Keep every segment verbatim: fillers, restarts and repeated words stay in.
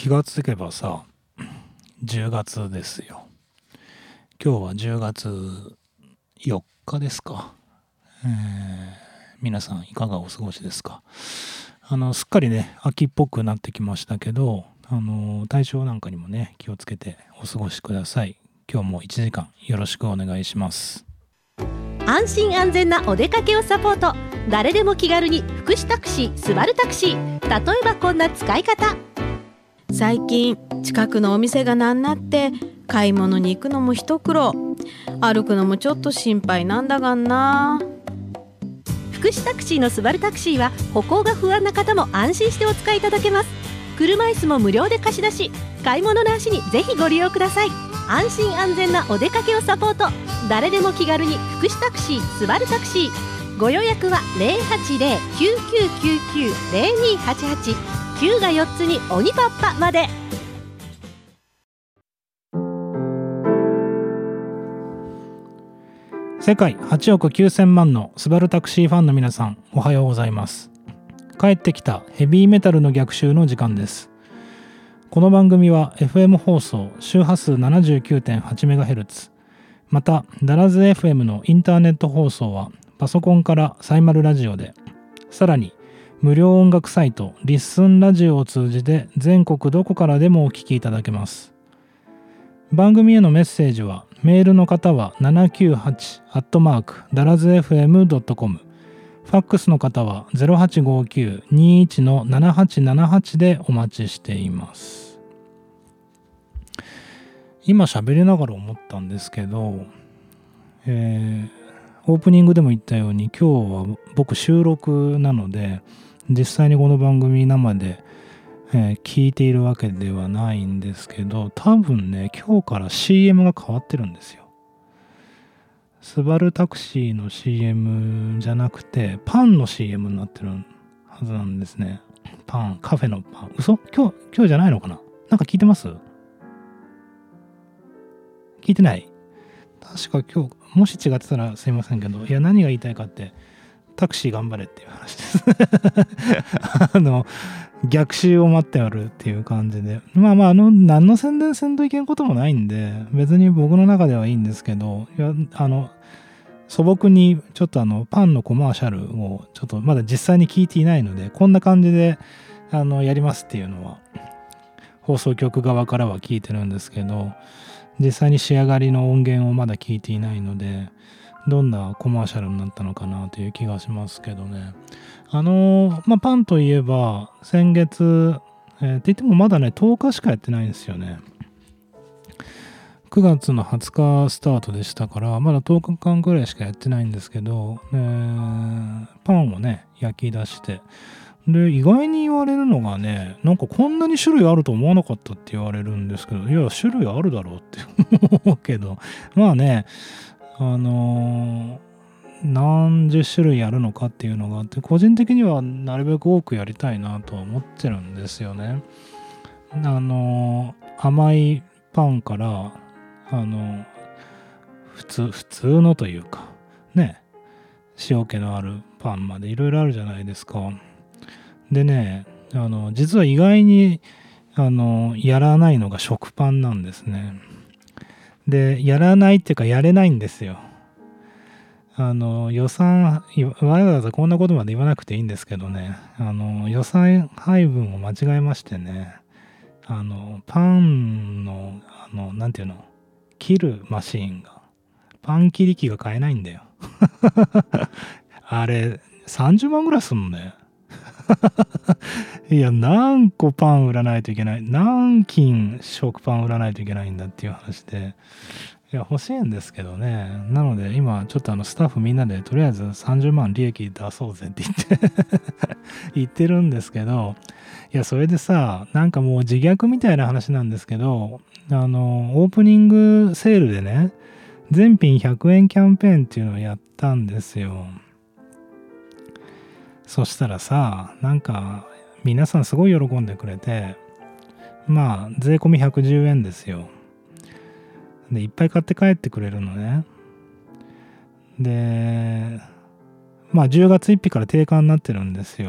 気がつけばさ、じゅうがつですよ。今日はじゅうがつよっかですか。えー、皆さんいかがお過ごしですか。あの、すっかりね、秋っぽくなってきましたけど、あの、体調なんかにもね、気をつけてお過ごしください。今日もいちじかんよろしくお願いします。 安心安全なお出かけをサポート。誰でも気軽に福祉タクシー、スバルタクシー。例えばこんな使い方。 最近近くのお店がなくなって買い物に行くのも一苦労、歩くのもちょっと心配なんだがんな。 福祉タクシーのスバルタクシーは歩行が不安な方も安心してお使いいただけます。車椅子も無料で貸し出し、買い物の足にぜひご利用ください。安心安全なお出かけをサポート。誰でも気軽に福祉タクシー、スバルタクシー。ご予約は ゼロはちゼロ きゅうきゅうきゅうきゅう ゼロにはちはち きゅうがよっつに鬼パッパまで。 世界はちおくきゅうせんまんのスバルタクシーファンの皆さん、おはようございます。帰ってきたヘビーメタルの逆襲の時間です。この番組は エフエム 放送周波数 ななじゅうきゅうてんはちメガヘルツ、 またダラズ エフエム のインターネット放送はパソコンからサイマルラジオで、さらに無料音楽サイトリッスンラジオを通じて全国どこからでもお聞きいただけます。番組へのメッセージはメールの方はななきゅうはちアットマークダラズエフエムドットコム、ファックスの方は ゼロはちごきゅう にいち ななはちななはち でお待ちしています。今喋りながら思ったんですけど、えーオープニングでも言ったように今日は僕収録なので、実際にこの番組生で、えー、聞いているわけではないんですけど、多分ね今日から シーエム が変わってるんですよ。スバルタクシーの シーエム じゃなくてパンの シーエム になってるはずなんですね。パン、カフェのパン。嘘？今日今日じゃないのかな。なんか聞いてます？聞いてない？確か今日もし違ってたらすいませんけど、いや何が言いたいかってタクシー頑張れっていう話ですあの逆襲を待ってやるっていう感じで、まあまああの何の宣伝せんといけんこともないんで別に僕の中ではいいんですけど、いやあの素朴にちょっとあのパンのコマーシャルをちょっとまだ実際に聞いていないので、こんな感じであのやりますっていうのは放送局側からは聞いてるんですけど、実際に仕上がりの音源をまだ聞いていないので、どんなコマーシャルになったのかなという気がしますけどね。あのまあパンといえば先月、えー、って言ってもまだねとおかしかやってないんですよね。くがつのはつかスタートでしたからまだとおかかんくらいしかやってないんですけど、えー、パンをね焼き出して、で意外に言われるのがね、なんかこんなに種類あると思わなかったって言われるんですけど、いや種類あるだろうって思うけど、まあねあのー、何十種類やるのかっていうのがあって、個人的にはなるべく多くやりたいなとは思ってるんですよね。あのー、甘いパンからあの普通普通のというかね塩気のあるパンまでいろいろあるじゃないですか。でね、あの実は意外にあのやらないのが食パンなんですね。でやらないっていうかやれないんですよ。あの予算わざわざこんなことまで言わなくていいんですけどね、あの予算配分を間違えましてね、あのパンのあのなんていうの切るマシーンがパン切り機が買えないんだよあれさんじゅうまんぐらいすんのねいや何個パン売らないといけない、何斤食パン売らないといけないんだっていう話で、いや欲しいんですけどね。なので今ちょっとあのスタッフみんなでとりあえずさんじゅうまん利益出そうぜって言って言ってるんですけど、いやそれでさ、なんかもう自虐みたいな話なんですけど、あのオープニングセールでね全品ひゃくえんキャンペーンっていうのをやったんですよ。そしたらさ、なんか皆さんすごい喜んでくれて、まあ税込みひゃくじゅうえんですよ。でいっぱい買って帰ってくれるのね。でまあじゅうがつついたちから定価になってるんですよ。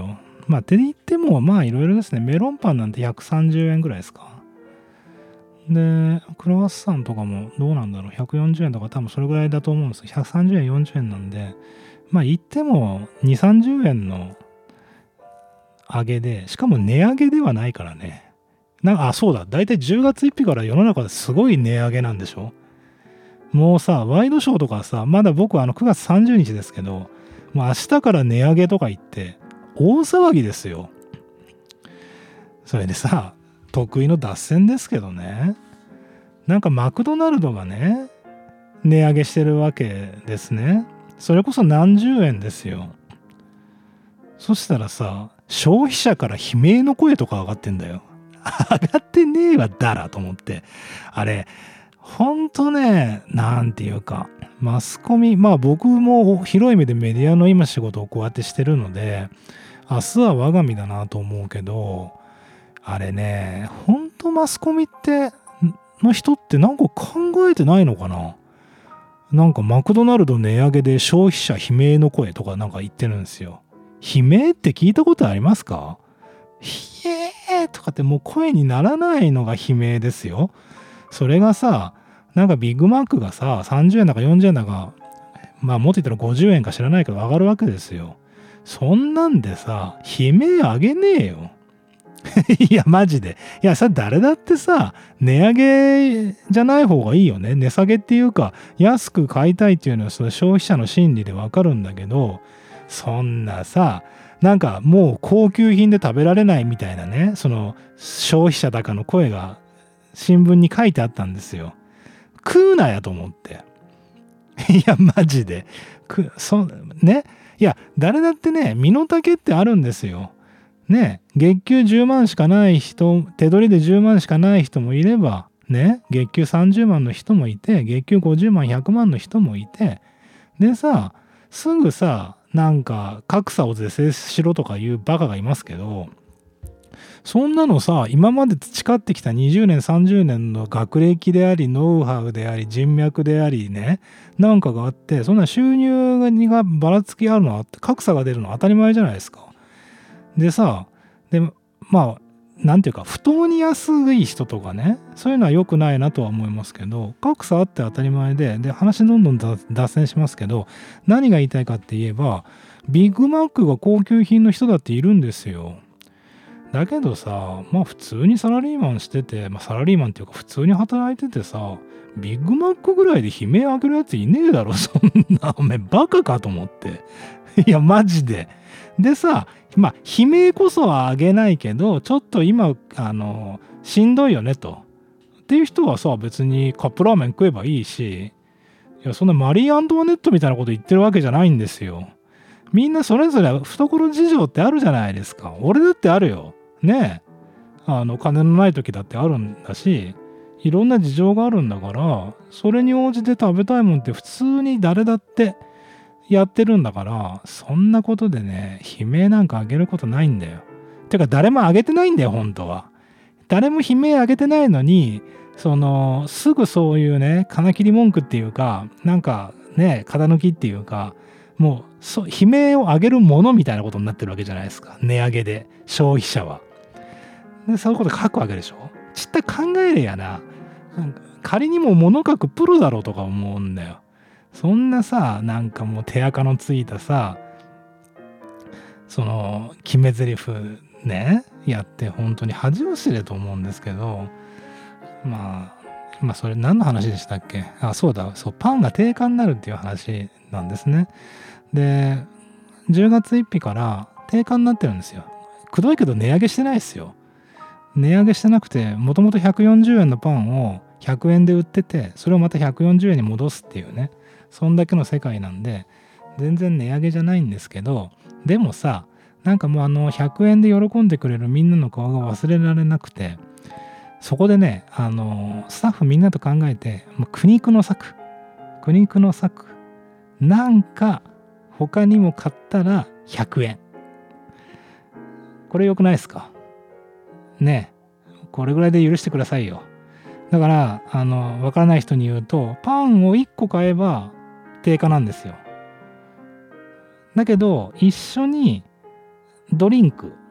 まあって言ってもまあいろいろですね。メロンパンなんてひゃくさんじゅうえんぐらいですか。でクロワッサンとかもどうなんだろう、ひゃくよんじゅうえんとか多分それぐらいだと思うんですよ。ひゃくさんじゅうえんよんじゅうえんなんで、まあ言ってもにじゅうさんじゅうえんの上げで、しかも値上げではないからね。なんかあそうだ、だいたいじゅうがつついたちから世の中ですごい値上げなんでしょ。もうさワイドショーとかさ、まだ僕はあのくがつさんじゅうにちですけど、もう明日から値上げとか言って大騒ぎですよ。それでさ、得意の脱線ですけどね、なんかマクドナルドがね値上げしてるわけですね。それこそ何十円ですよ。そしたらさ、消費者から悲鳴の声とか上がってんだよ。上がってねえわだらと思って、あれほんとね、なんていうかマスコミ、まあ僕も広い目でメディアの今仕事をこうやってしてるので、明日は我が身だなと思うけど、あれね、ほんとマスコミっての人ってなんか考えてないのかな。なんかマクドナルド値上げで消費者悲鳴の声とかなんか言ってるんですよ。悲鳴って聞いたことありますか？ひえーとかってもう声にならないのが悲鳴ですよ。それがさ、なんかビッグマックがささんじゅうえんだかよんじゅうえんだか、まあもっと言ったらごじゅうえんか知らないけど上がるわけですよ。そんなんでさ悲鳴あげねえよ。いやマジで、いやさ、誰だってさ値上げじゃない方がいいよね。値下げっていうか安く買いたいっていうのはその消費者の心理でわかるんだけど、そんなさ、なんかもう高級品で食べられないみたいなね、その消費者だかの声が新聞に書いてあったんですよ。食うなやと思って。いやマジでくそね、いや誰だってね身の丈ってあるんですよ。ね、月給じゅうまんしかない人、手取りでじゅうまんしかない人もいればね、月給さんじゅうまんの人もいて、月給ごじゅうまんひゃくまんの人もいて、でさ、すぐさなんか格差を是正しろとかいうバカがいますけど、そんなのさ、今まで培ってきたにじゅうねんさんじゅうねんの学歴でありノウハウであり人脈でありね、なんかがあって、そんな収入がばらつきあるのは格差が出るのは当たり前じゃないですか。でさ、でまあなんていうか不当に安い人とかね、そういうのは良くないなとは思いますけど、格差あって当たり前で、で話どんどん脱線しますけど、何が言いたいかって言えば、ビッグマックが高級品の人だっているんですよ。だけどさ、まあ普通にサラリーマンしてて、まあ、サラリーマンっていうか普通に働いててさ、ビッグマックぐらいで悲鳴上げるやついねえだろ、そんなおめえバカかと思って。いやマジで。でさ、まあ悲鳴こそは上げないけど、ちょっと今あのしんどいよねとっていう人はさ、別にカップラーメン食えばいいし、いやそんなマリー・アントワネットみたいなこと言ってるわけじゃないんですよ。みんなそれぞれ懐事情ってあるじゃないですか。俺だってあるよねえ、あの金のない時だってあるんだし、いろんな事情があるんだから、それに応じて食べたいもんって普通に誰だってやってるんだから、そんなことでね悲鳴なんか上げることないんだよ。てか誰も上げてないんだよ本当は。誰も悲鳴上げてないのに、そのすぐそういうね金切り文句っていうか、なんかね肩抜きっていうか、もうそ悲鳴を上げるものみたいなことになってるわけじゃないですか、値上げで消費者は。でそういうこと書くわけでしょ。ちった考えれやな、なんか仮にも物書くプロだろうとか思うんだよ。そんなさ、なんかもう手垢のついたさ、その決め台詞ねやって本当に恥を知れと思うんですけど、まあまあそれ何の話でしたっけ。あ、そうだ、そうパンが定価になるっていう話なんですね。でじゅうがつついたちから定価になってるんですよ。くどいけど値上げしてないですよ。値上げしてなくて、もともとひゃくよんじゅうえんのパンをひゃくえんで売ってて、それをまたひゃくよんじゅうえんに戻すっていうね、そんだけの世界なんで全然値上げじゃないんですけど、でもさ、なんかもうあのひゃくえんで喜んでくれるみんなの顔が忘れられなくて、そこでね、あのスタッフみんなと考えて、もう苦肉の策苦肉の策なんか他にも買ったらひゃくえん、これ良くないですかね。これぐらいで許してくださいよ。だからあの分からない人に言うと、パンをいっこ買えば定価なんですよ。だけど一緒にドリンク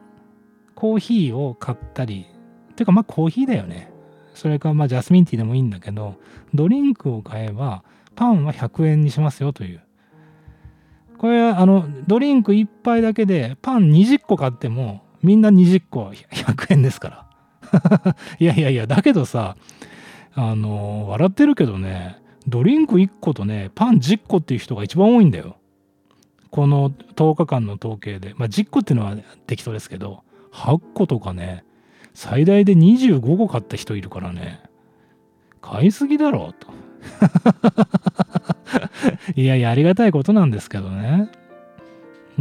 コーヒーを買ったり、ていうかまあコーヒーだよね。それかまあジャスミンティーでもいいんだけど、ドリンクを買えばパンはひゃくえんにしますよという。これはあのドリンクいっぱいだけでパンにじゅっこ買ってもみんなにじゅっこひゃくえんですから。いやいやいや、だけどさ、あの笑ってるけどね、ドリンクいっことねパンじゅっこっていう人が一番多いんだよ。このとおかかんの統計で。まあじゅっこっていうのは適当ですけど、はっことかね、最大でにじゅうごこ買った人いるからね、買いすぎだろうと。いやいや、ありがたいことなんですけどね。うん、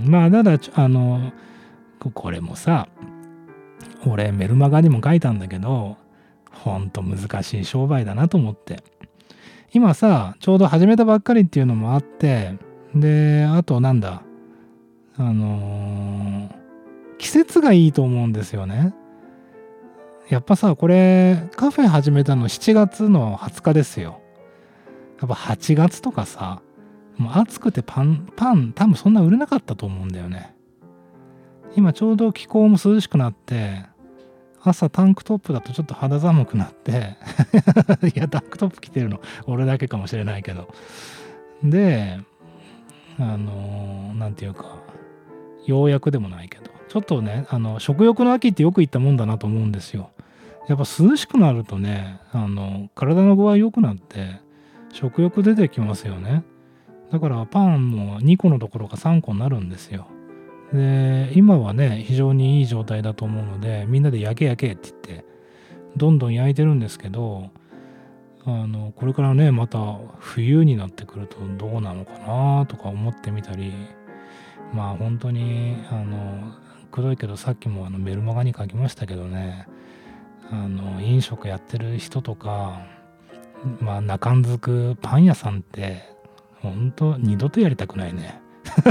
まあただあのこれもさ、俺メルマガにも書いたんだけど、ほんと難しい商売だなと思って。今さ、ちょうど始めたばっかりっていうのもあって、であとなんだ、あのー、季節がいいと思うんですよね。やっぱさ、これカフェ始めたのしちがつのはつかですよ。やっぱはちがつとかさ、もう暑くてパンパン多分そんな売れなかったと思うんだよね。今ちょうど気候も涼しくなって、朝タンクトップだとちょっと肌寒くなっていやタンクトップ着てるの俺だけかもしれないけど、であのなんていうか、ようやくでもないけど、ちょっとね、あの食欲の秋ってよく言ったもんだなと思うんですよ。やっぱ涼しくなるとね、あの体の具合良くなって食欲出てきますよね。だからパンもにこのところがさんこになるんですよ。で今はね非常にいい状態だと思うので、みんなで焼け焼けって言ってどんどん焼いてるんですけど、あのこれからねまた冬になってくるとどうなのかなとか思ってみたり、まあ本当にあのくどいけど、さっきもあのメルマガに書きましたけどね、あの飲食やってる人とか、まあ中んづくパン屋さんって本当二度とやりたくないね。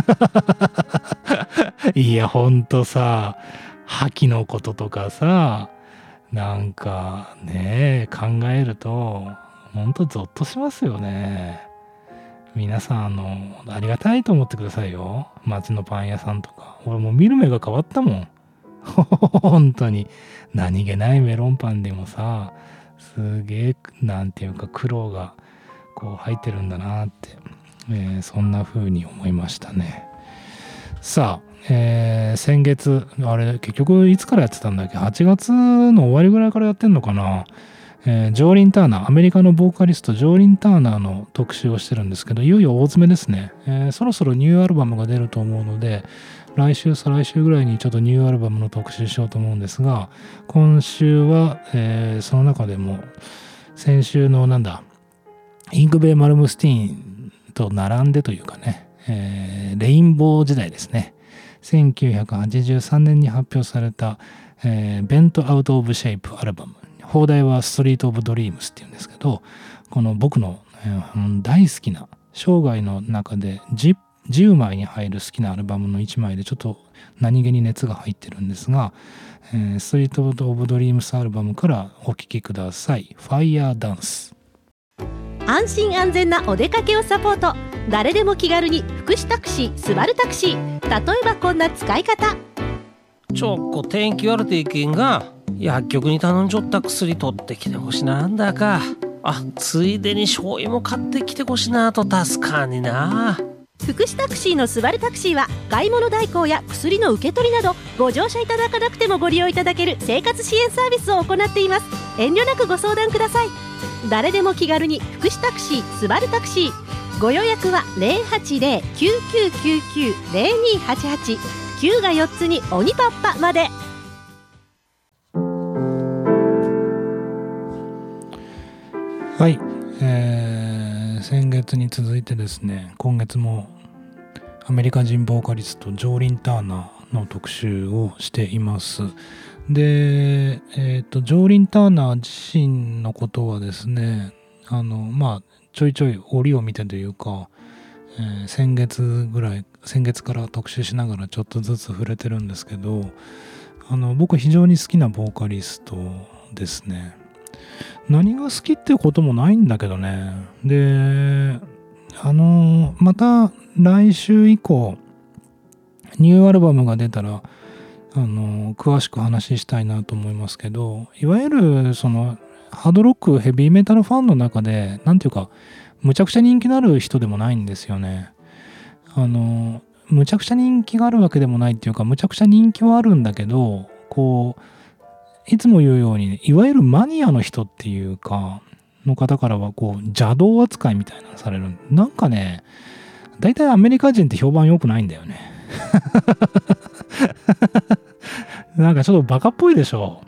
いやほんとさ、覇気のこととかさ、なんかね考えるとほんとゾッとしますよね。皆さんあのありがたいと思ってくださいよ、街のパン屋さんとか。俺もう見る目が変わったもん。本当に何気ないメロンパンでもさ、すげえなんていうか苦労がこう入ってるんだなって、えー、そんな風に思いましたね。さあ、えー、先月あれ結局いつからやってたんだっけ、はちがつの終わりぐらいからやってんのかな、えー、ジョーリン・ターナー、アメリカのボーカリストジョーリン・ターナーの特集をしてるんですけど、いよいよ大詰めですね、えー、そろそろニューアルバムが出ると思うので、来週再来週ぐらいにちょっとニューアルバムの特集しようと思うんですが、今週は、えー、その中でも先週のなんだイングベイ・マルムスティーンと並んでというかね、えー、レインボー時代ですね、せんきゅうひゃくはちじゅうさんねんに発表された、えー、ベント・アウト・オブ・シェイプアルバム、放題はストリート・オブ・ドリームスっていうんですけど、この僕の、えー、大好きな生涯の中でじじゅうまいに入る好きなアルバムのいちまいで、ちょっと何気に熱が入ってるんですが、えー、ストリート・オブ・ドリームスアルバムからお聴きください。ファイヤーダンス。 安心安全なお出かけをサポート、誰でも気軽に福祉タクシー、スバルタクシー。例えばこんな使い方。 ちょっこ天気悪ていけんが、薬局に頼んじょった薬取ってきてほしなんだか。あ、ついでに醤油も買ってきてほしなと助かんにな。 福祉タクシーのスバルタクシーは買い物代行や薬の受け取りなどご乗車いただかなくてもご利用いただける生活支援サービスを行っています。遠慮なくご相談ください。誰でも気軽に福祉タクシー、スバルタクシー。ご予約は ゼロはちゼロ きゅうきゅうきゅうきゅう ゼロにはちはち きゅうがよっつに鬼パッパまで。 はい、えー、先月に続いてですね、今月もアメリカ人ボーカリストジョーリン・ターナーの特集をしています。で、えーと、ジョーリン・ターナー自身のことはですね、あのまあちょいちょい折を見てというか、えー、先月ぐらい先月から特集しながらちょっとずつ触れてるんですけど、あの僕非常に好きなボーカリストですね。何が好きっていうこともないんだけどね。で、あのまた来週以降ニューアルバムが出たら、ああの詳しく話したいなと思いますけど、いわゆるそのハードロックヘビーメタルファンの中でなんていうかむちゃくちゃ人気のある人でもないんですよね。あのむちゃくちゃ人気があるわけでもないっていうか、むちゃくちゃ人気はあるんだけど、こういつも言うように、いわゆるマニアの人っていうかの方からはこう邪道扱いみたいなのされる。なんかね、大体アメリカ人って評判良くないんだよね。なんかちょっとバカっぽいでしょ。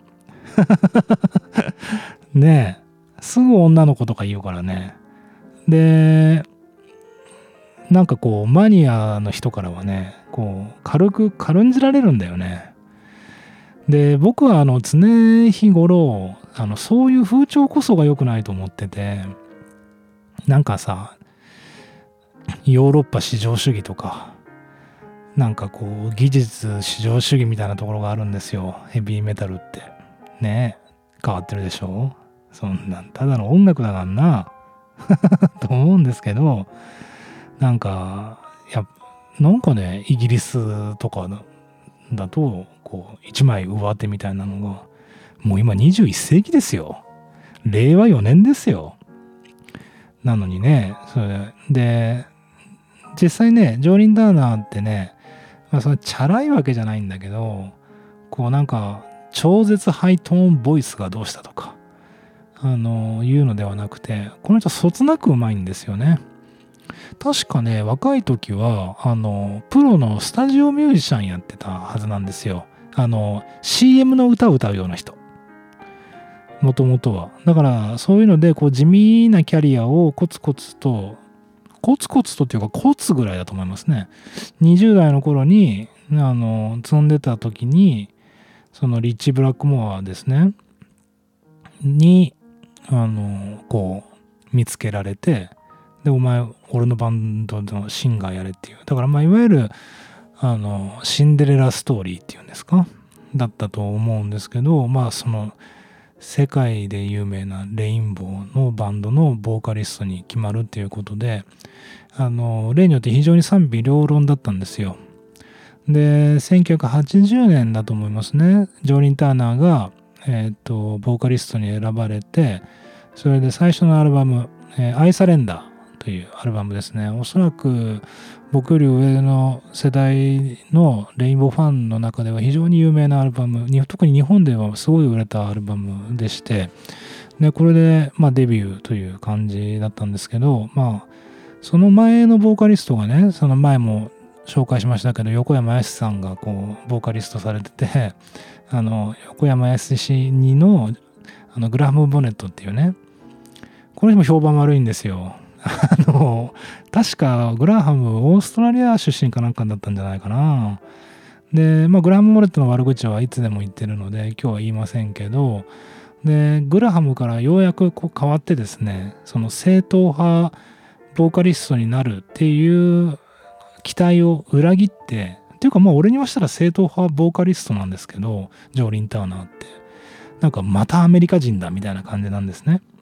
ねえ、すぐ女の子とか言うからね。で、なんかこうマニアの人からはね、こう軽く軽んじられるんだよね。で、僕はあの常日頃あのそういう風潮こそが良くないと思ってて、なんかさ、ヨーロッパ至上主義とか、なんかこう技術至上主義みたいなところがあるんですよ、ヘビーメタルってね。変わってるでしょ。そんなんただの音楽だからなと思うんですけど、なんかいやなんかね、イギリスとかだとこう一枚上手みたいなのが、もう今にじゅういっせいきですよ、れいわよねんですよ。なのにね、それで実際ね、ジョーリン・ターナーってね、まあ、そのチャラいわけじゃないんだけど、こうなんか超絶ハイトーンボイスがどうしたとかあのいうのではなくて、この人そつなくうまいんですよね。確かね、若い時はあのプロのスタジオミュージシャンやってたはずなんですよ。あの シーエム の歌を歌うような人、もともとは。だからそういうのでこう地味なキャリアをコツコツとコツコツとっていうかコツぐらいだと思いますね。にじゅう代の頃にあの積んでた時に、そのリッチ・ブラックモアですねにあのこう見つけられて、でお前俺のバンドのシンガーやれっていう、だからまあいわゆるあのシンデレラストーリーっていうんですか、だったと思うんですけど、まあその世界で有名なレインボーのバンドのボーカリストに決まるっていうことで、あの例によって非常に賛否両論だったんですよ。でせんきゅうひゃくはちじゅうねんだと思いますね、ジョーリン・ターナーが、えー、とボーカリストに選ばれて、それで最初のアルバム「えー、アイ・サレンダー」というアルバムですね。おそらく僕より上の世代のレインボーファンの中では非常に有名なアルバム、特に日本ではすごい売れたアルバムでして、でこれで、まあ、デビューという感じだったんですけど、まあその前のボーカリストがね、その前も紹介しましたけど、横山やすしさんがこうボーカリストされてて、あの横山やすしにのあのグラハム・ボネットっていうね、この人も評判悪いんですよ。あの確かグラハムオーストラリア出身かなんかだったんじゃないかな。で、まあ、グラハム・ボネットの悪口はいつでも言ってるので今日は言いませんけど、でグラハムからようやくこう変わってですね、その正統派ボーカリストになるっていう期待を裏切って、っていうかまあ俺にはしたら正統派ボーカリストなんですけど、ジョーリン・ターナーってなんかまたアメリカ人だみたいな感じなんですね。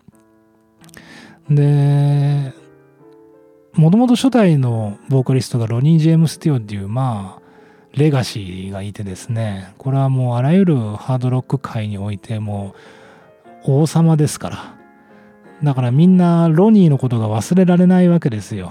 でもともと初代のボーカリストがロニー・ジェームス・ティオっていうまあレガシーがいてですね、これはもうあらゆるハードロック界においてもう王様ですから、だからみんなロニーのことが忘れられないわけですよ。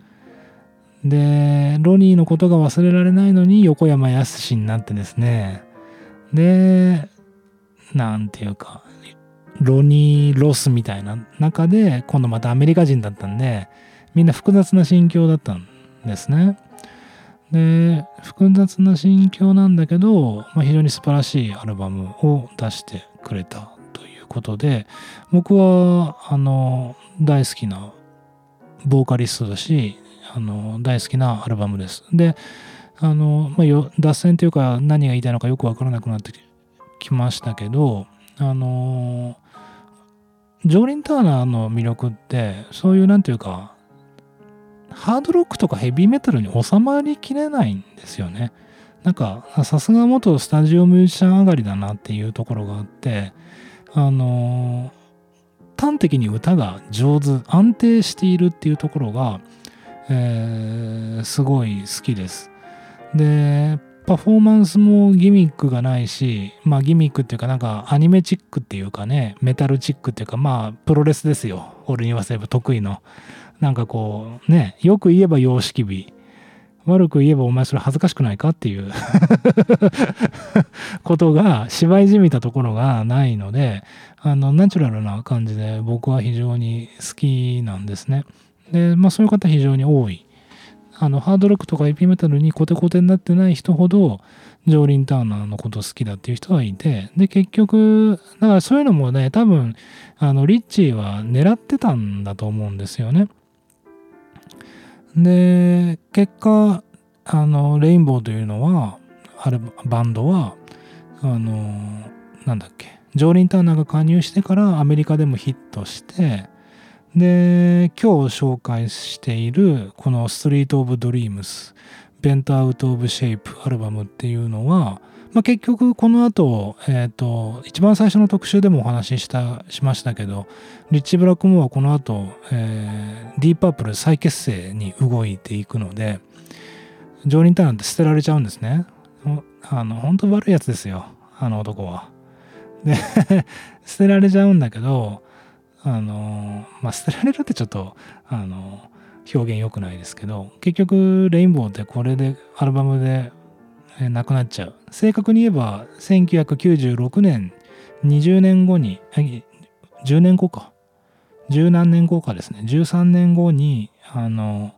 でロニーのことが忘れられないのに横山やすしになってですね、でなんていうかロニーロスみたいな中で今度またアメリカ人だったんで、みんな複雑な心境だったんですね。で複雑な心境なんだけど、まあ、非常に素晴らしいアルバムを出してくれたということで、僕はあの大好きなボーカリストだし、あの大好きなアルバムです。であの、まあ、よ脱線というか何が言いたいのかよく分からなくなってきましたけど、あのジョーリン・ターナーの魅力ってそういうなんていうかハードロックとかヘビーメタルに収まりきれないんですよね。なんかさすが元スタジオミュージシャン上がりだなっていうところがあって、あの端的に歌が上手、安定しているっていうところが、えー、すごい好きです。でパフォーマンスもギミックがないし、まあギミックっていうかなんかアニメチックっていうかね、メタルチックっていうか、まあプロレスですよ。俺に言わせれば得意の。なんかこうね、よく言えば様式美。悪く言えばお前それ恥ずかしくないかっていうことが、芝居じみたところがないので、あのナチュラルな感じで僕は非常に好きなんですね。で、まあそういう方非常に多い。あのハードロックとかエピメタルにコテコテになってない人ほどジョーリン・ターナーのこと好きだっていう人はいて、で結局だからそういうのもね、多分あのリッチーは狙ってたんだと思うんですよね。で結果あのレインボーというのはあるバンドはあのなんだっけジョーリン・ターナーが加入してからアメリカでもヒットして、で今日紹介しているこのストリート・オブ・ドリームスベント・アウト・オブ・シェイプアルバムっていうのは、まあ、結局この後、えーと一番最初の特集でもお話ししたしましたけど、リッチ・ブラックモアはこの後、えー、ディープ・パープル再結成に動いていくので、ジョーリン・ターナーって捨てられちゃうんですね。あの本当悪いやつですよ、あの男は。で捨てられちゃうんだけど、あのまあ捨てられるってちょっとあの表現良くないですけど、結局レインボーってこれでアルバムでなくなっちゃう。正確に言えばせんきゅうひゃくきゅうじゅうろくねんにじゅうねんごにじゅうねんごか十何年後かですね、じゅうさんねんごにあの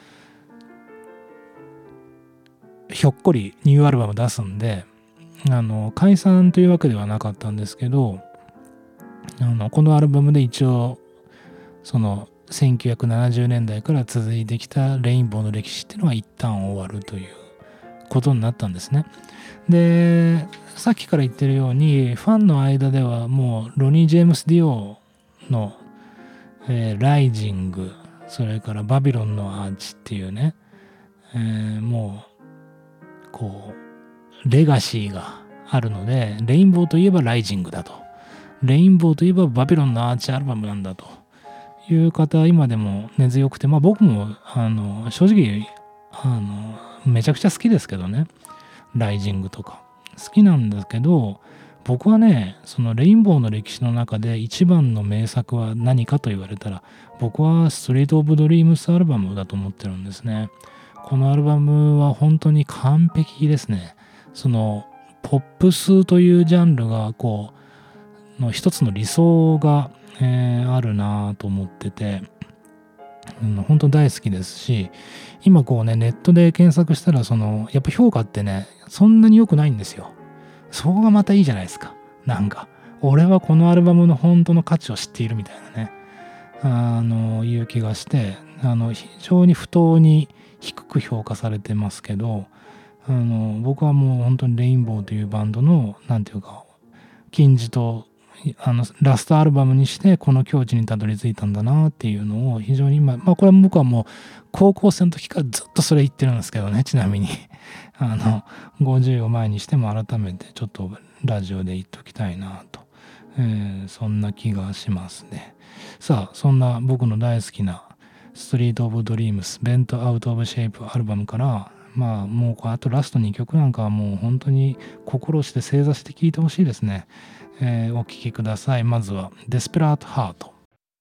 ひょっこりニューアルバム出すんで、あの解散というわけではなかったんですけど、あのこのアルバムで一応そのせんきゅうひゃくななじゅうねんだいから続いてきたレインボーの歴史っていうのは一旦終わるということになったんですね。でさっきから言ってるようにファンの間ではもうロニー・ジェームス・ディオの、えー、ライジング、それからバビロンのアーチっていうね、えー、もうこうレガシーがあるので、レインボーといえばライジングだと、レインボーといえばバビロンのアーチアルバムなんだという方今でも根強くて、まあ僕もあの正直あのめちゃくちゃ好きですけどね、ライジングとか好きなんだけど、僕はねそのレインボーの歴史の中で一番の名作は何かと言われたら、僕はストリート・オブ・ドリームスアルバムだと思ってるんですね。このアルバムは本当に完璧ですね。そのポップスというジャンルがこうの一つの理想が、えー、あるなと思ってて、うん、本当大好きですし、今こうねネットで検索したらそのやっぱ評価ってねそんなに良くないんですよ。そこがまたいいじゃないですか。なんか俺はこのアルバムの本当の価値を知っているみたいなね、あのいう気がして、あの非常に不当に低く評価されてますけど、あの僕はもう本当にレインボーというバンドのなんていうか金字とあのラストアルバムにしてこの境地にたどり着いたんだなっていうのを非常に今、まあこれは僕はもう高校生の時からずっとそれ言ってるんですけどね、ちなみにあのごじゅうを前にしても改めてちょっとラジオで言っときたいなと、えー、そんな気がしますね。さあそんな僕の大好きなストリート・オブ・ドリームスベント・アウト・オブ・シェイプアルバムから、まあもうあとラストにきょくなんかはもう本当に心して正座して聴いてほしいですね。えー、お聴きください。まずはデスペラート・ハート。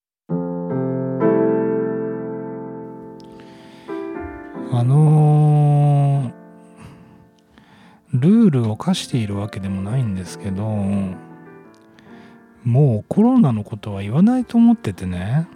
あのー、ルールを課しているわけでもないんですけど、もうコロナのことは言わないと思っててね、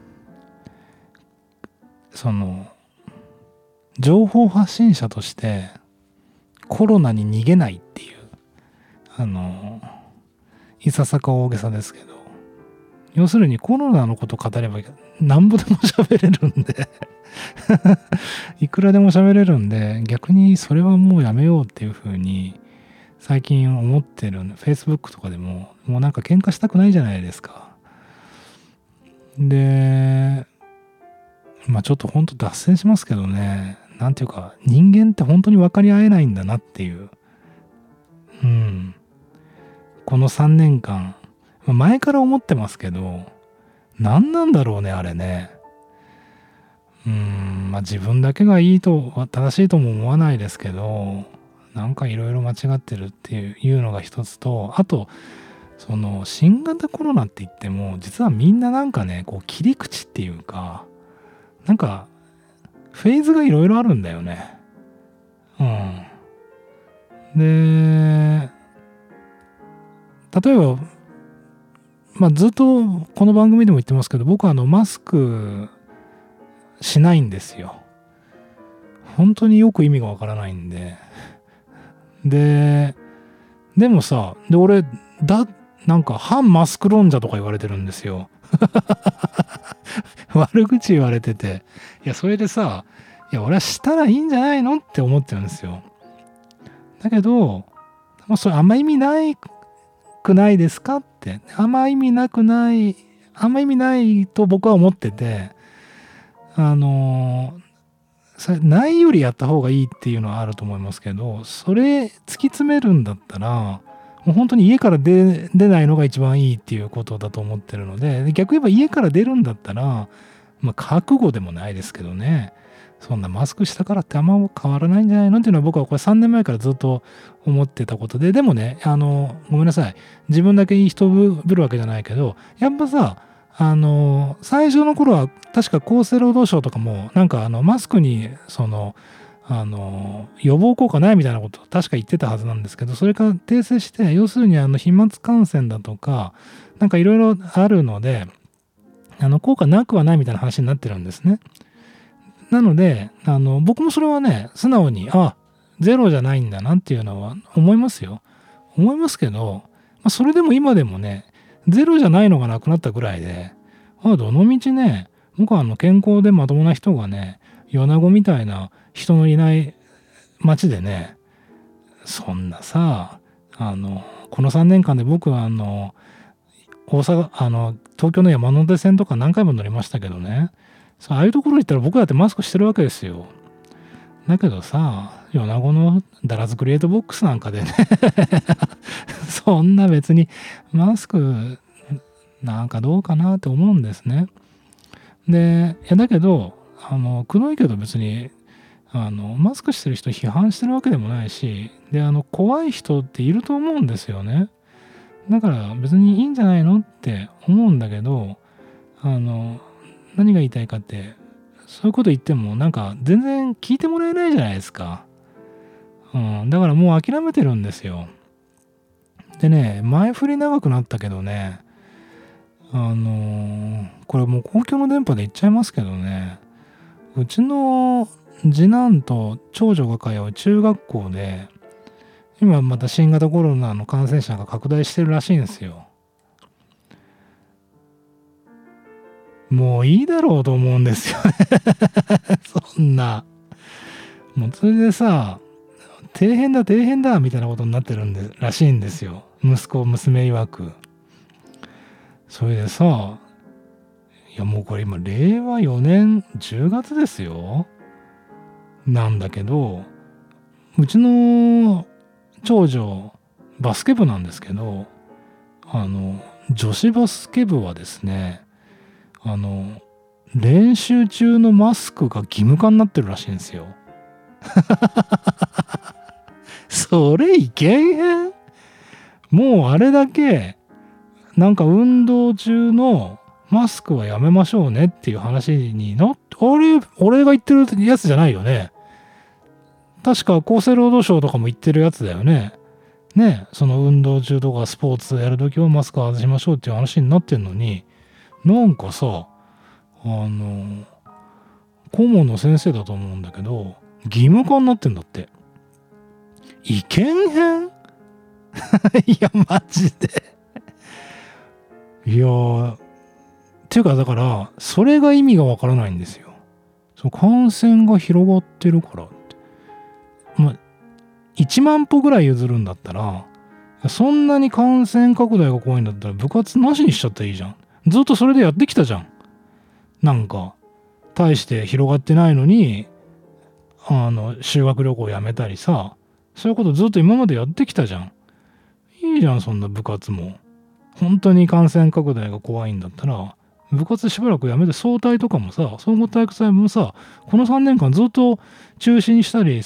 その情報発信者としてコロナに逃げないっていう、あのいささか大げさですけど、要するにコロナのこと語ればなんぼでも喋れるんでいくらでも喋れるんで、逆にそれはもうやめようっていうふうに最近思ってるんで、 Facebook とかでももうなんか喧嘩したくないじゃないですか。でまあちょっと本当脱線しますけどね、なんていうか人間って本当に分かり合えないんだなっていう、うんこのさんねんかん前から思ってますけど、何なんだろうねあれね。うんまあ自分だけがいいと正しいとも思わないですけど、 なんかいろいろ間違ってるっていういうのが一つと、あとその新型コロナって言っても実はみんななんかねこう切り口っていうかなんかフェーズがいろいろあるんだよね。うんで例えばまあずっとこの番組でも言ってますけど、僕はあのマスクしないんですよ。本当によく意味がわからないんで。で、でもさ、で俺だなんか反マスク論者とか言われてるんですよ。悪口言われてて、いやそれでさ、いや俺はしたらいいんじゃないのって思ってるんですよ。だけど、まあ、それあんま意味ないくないですかって、あんま意味なくないあんま意味ないと僕は思ってて、あのそれないよりやった方がいいっていうのはあると思いますけど、それ突き詰めるんだったらもう本当に家から出出ないのが一番いいっていうことだと思ってるので、逆に言えば家から出るんだったら、まあ、覚悟でもないですけどね、そんなマスクしたからってあんま変わらないんじゃないのっていうのは僕はこれさんねんまえからずっと思ってたことで、でもね、あのごめんなさい、自分だけいい人ぶるわけじゃないけど、やっぱさ、あの最初の頃は確か厚生労働省とかもなんかあのマスクにそのあの予防効果ないみたいなことを確か言ってたはずなんですけど、それから訂正して、要するにあの飛沫感染だとかなんかいろいろあるので、あの効果なくはないみたいな話になってるんですね。なのであの僕もそれはね素直にあゼロじゃないんだなっていうのは思いますよ。思いますけど、まあ、それでも今でもねゼロじゃないのがなくなったぐらいで、あどのみちね、僕はあの健康でまともな人がね、米子みたいな人のいない町でね、そんなさ、あのこのさんねんかんで僕はあの大阪あの東京の山手線とか何回も乗りましたけどね、ああいうところ行ったら僕だってマスクしてるわけですよ。だけどさ、米子のダラズクリエイトボックスなんかでねそんな別にマスクなんかどうかなって思うんですね。で、いやだけどあのくどいけど別にあのマスクしてる人批判してるわけでもないし、であの怖い人っていると思うんですよね。だから別にいいんじゃないのって思うんだけど、あの何が言いたいかって、そういうこと言ってもなんか全然聞いてもらえないじゃないですか。うん、だからもう諦めてるんですよ。でね、前振り長くなったけどね、あのー、これもう公共の電波で言っちゃいますけどね、うちの次男と長女が通う中学校で今また新型コロナの感染者が拡大してるらしいんですよ。もういいだろうと思うんですよねそんなもうそれでさ、底辺だ底辺だみたいなことになってるんでらしいんですよ、息子娘曰く。それでさ、いやもうこれ今れいわよねんじゅうがつですよ。なんだけどうちの長女バスケ部なんですけど、あの女子バスケ部はですね、あの練習中のマスクが義務化になってるらしいんですよそれいけんへん。もうあれだけなんか運動中のマスクはやめましょうねっていう話になって、あれ俺が言ってるやつじゃないよね。確か厚生労働省とかも言ってるやつだよね。ね、その運動中とかスポーツやるときはマスク外しましょうっていう話になってんのに、なんかさ、あの顧問の先生だと思うんだけど義務化になってんだって。いけんへんいやマジでいやっていうかだからそれが意味がわからないんですよ。その感染が広がってるからって、まあいちまんぽぐらい譲るんだったら、そんなに感染拡大が怖いんだったら部活なしにしちゃったらいいじゃん。ずっとそれでやってきたじゃん。なんか大して広がってないのにあの修学旅行やめたりさ、そういうことずっと今までやってきたじゃん。いいじゃんそんな部活も。本当に感染拡大が怖いんだったら部活しばらくやめて、総体とかもさ、総合体育祭もさ、このさんねんかんずっと中止にしたりさ、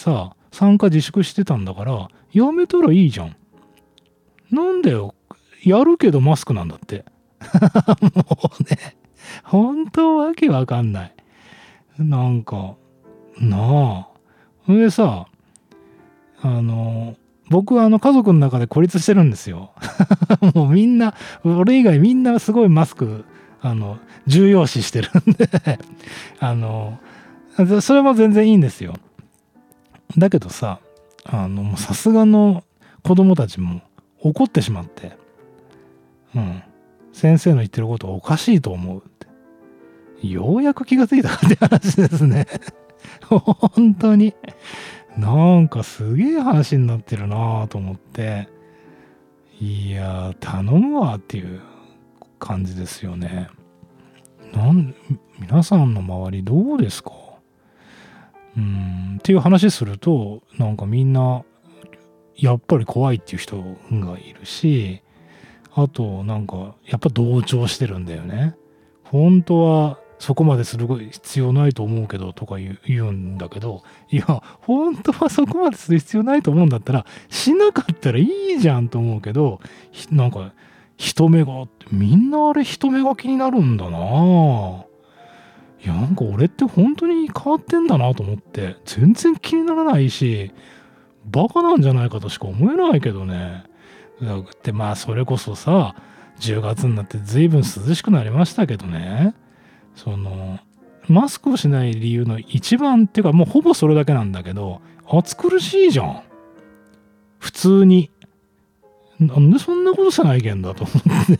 参加自粛してたんだからやめたらいいじゃん。なんだよ、やるけどマスクなんだってもうね、本当わけわかんない。なんかなあ。それでさ、あの僕はあの家族の中で孤立してるんですよもうみんな、俺以外みんなすごいマスクあの重要視してるんであのそれも全然いいんですよ。だけどさ、あのさすがの子供たちも怒ってしまって、うん、先生の言ってることはおかしいと思うってようやく気がついたって話ですね本当になんかすげえ話になってるなと思って、いや頼むわっていう感じですよね。なん皆さんの周りどうですか？うーんっていう話すると、なんかみんなやっぱり怖いっていう人がいるし、あとなんかやっぱ同調してるんだよね。本当はそこまでする必要ないと思うけどとか言う、言うんだけど、いや本当はそこまでする必要ないと思うんだったらしなかったらいいじゃんと思うけど、なんか人目がみんなあれ人目が気になるんだな。いやなんか俺って本当に変わってんだなと思って、全然気にならないしバカなんじゃないかとしか思えないけどね。だってまあそれこそさ、じゅうがつになって随分涼しくなりましたけどね、そのマスクをしない理由の一番っていうかもうほぼそれだけなんだけど、暑苦しいじゃん普通に。なんでそんなことせないけんだと思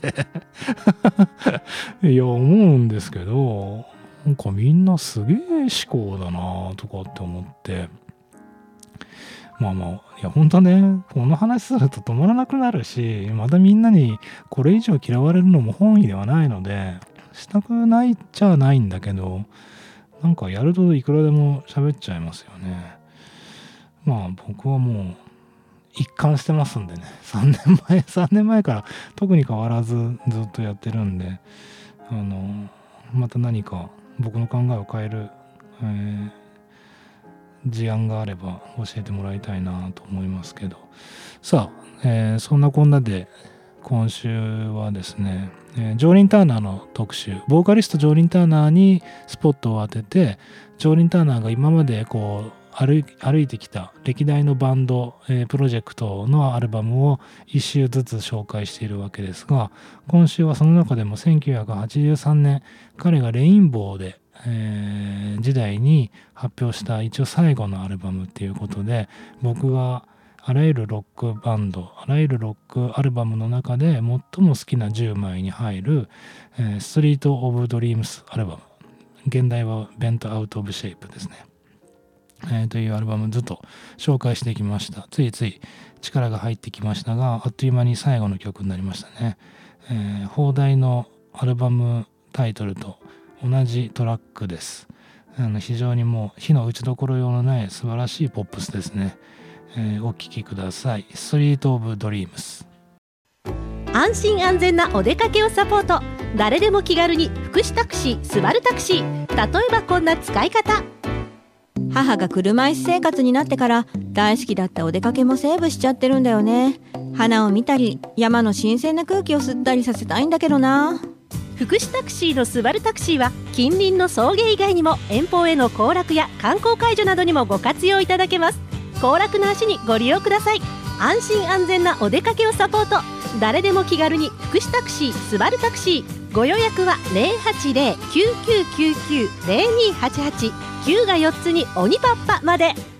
っていや思うんですけど、なんかみんなすげえ思考だなとかって思って、まあまあいや本当はね、この話すると止まらなくなるし、またみんなにこれ以上嫌われるのも本意ではないのでしたくないっちゃないんだけど、なんかやるといくらでも喋っちゃいますよね。まあ僕はもう一貫してますんでね、さんねんまえさんねんまえから特に変わらずずっとやってるんで、あのまた何か僕の考えを変える、えー、事案があれば教えてもらいたいなと思いますけど、さあ、えー、そんなこんなで今週はですね、えー、ジョーリン・ターナーの特集、ボーカリストジョーリン・ターナーにスポットを当てて、ジョーリン・ターナーが今までこう歩い、歩いてきた歴代のバンド、えー、プロジェクトのアルバムを一周ずつ紹介しているわけですが、今週はその中でもせんきゅうひゃくはちじゅうさんねん彼がレインボーで、えー、時代に発表した一応最後のアルバムっていうことで、僕があらゆるロックバンド、あらゆるロックアルバムの中で最も好きなじゅうまいに入る、えー、ストリート・オブ・ドリームスアルバム、現代はベント・アウト・オブ・シェイプですね、えー、というアルバムずっと紹介してきました。ついつい力が入ってきましたが、あっという間に最後の曲になりましたね。えー、放題のアルバムタイトルと同じトラックです。あの非常にもう火の打ちどころようのない素晴らしいポップスですね。えー、お聴きください。ストリート・オブ・ドリームス。 安心安全なお出かけをサポート、誰でも気軽に福祉タクシー、スバルタクシー。例えばこんな使い方。 母が車椅子生活になってから大好きだったお出かけもセーブしちゃってるんだよね。花を見たり山の新鮮な空気を吸ったりさせたいんだけどな。 福祉タクシーのスバルタクシーは近隣の送迎以外にも遠方への行楽や観光解除などにもご活用いただけます。行楽の足にご利用ください。安心安全なお出かけをサポート、誰でも気軽に福祉タクシー、スバルタクシー。ご予約は ゼロはちゼロ きゅうきゅうきゅうきゅう ゼロにはちはち きゅうがよっつに鬼パッパまで。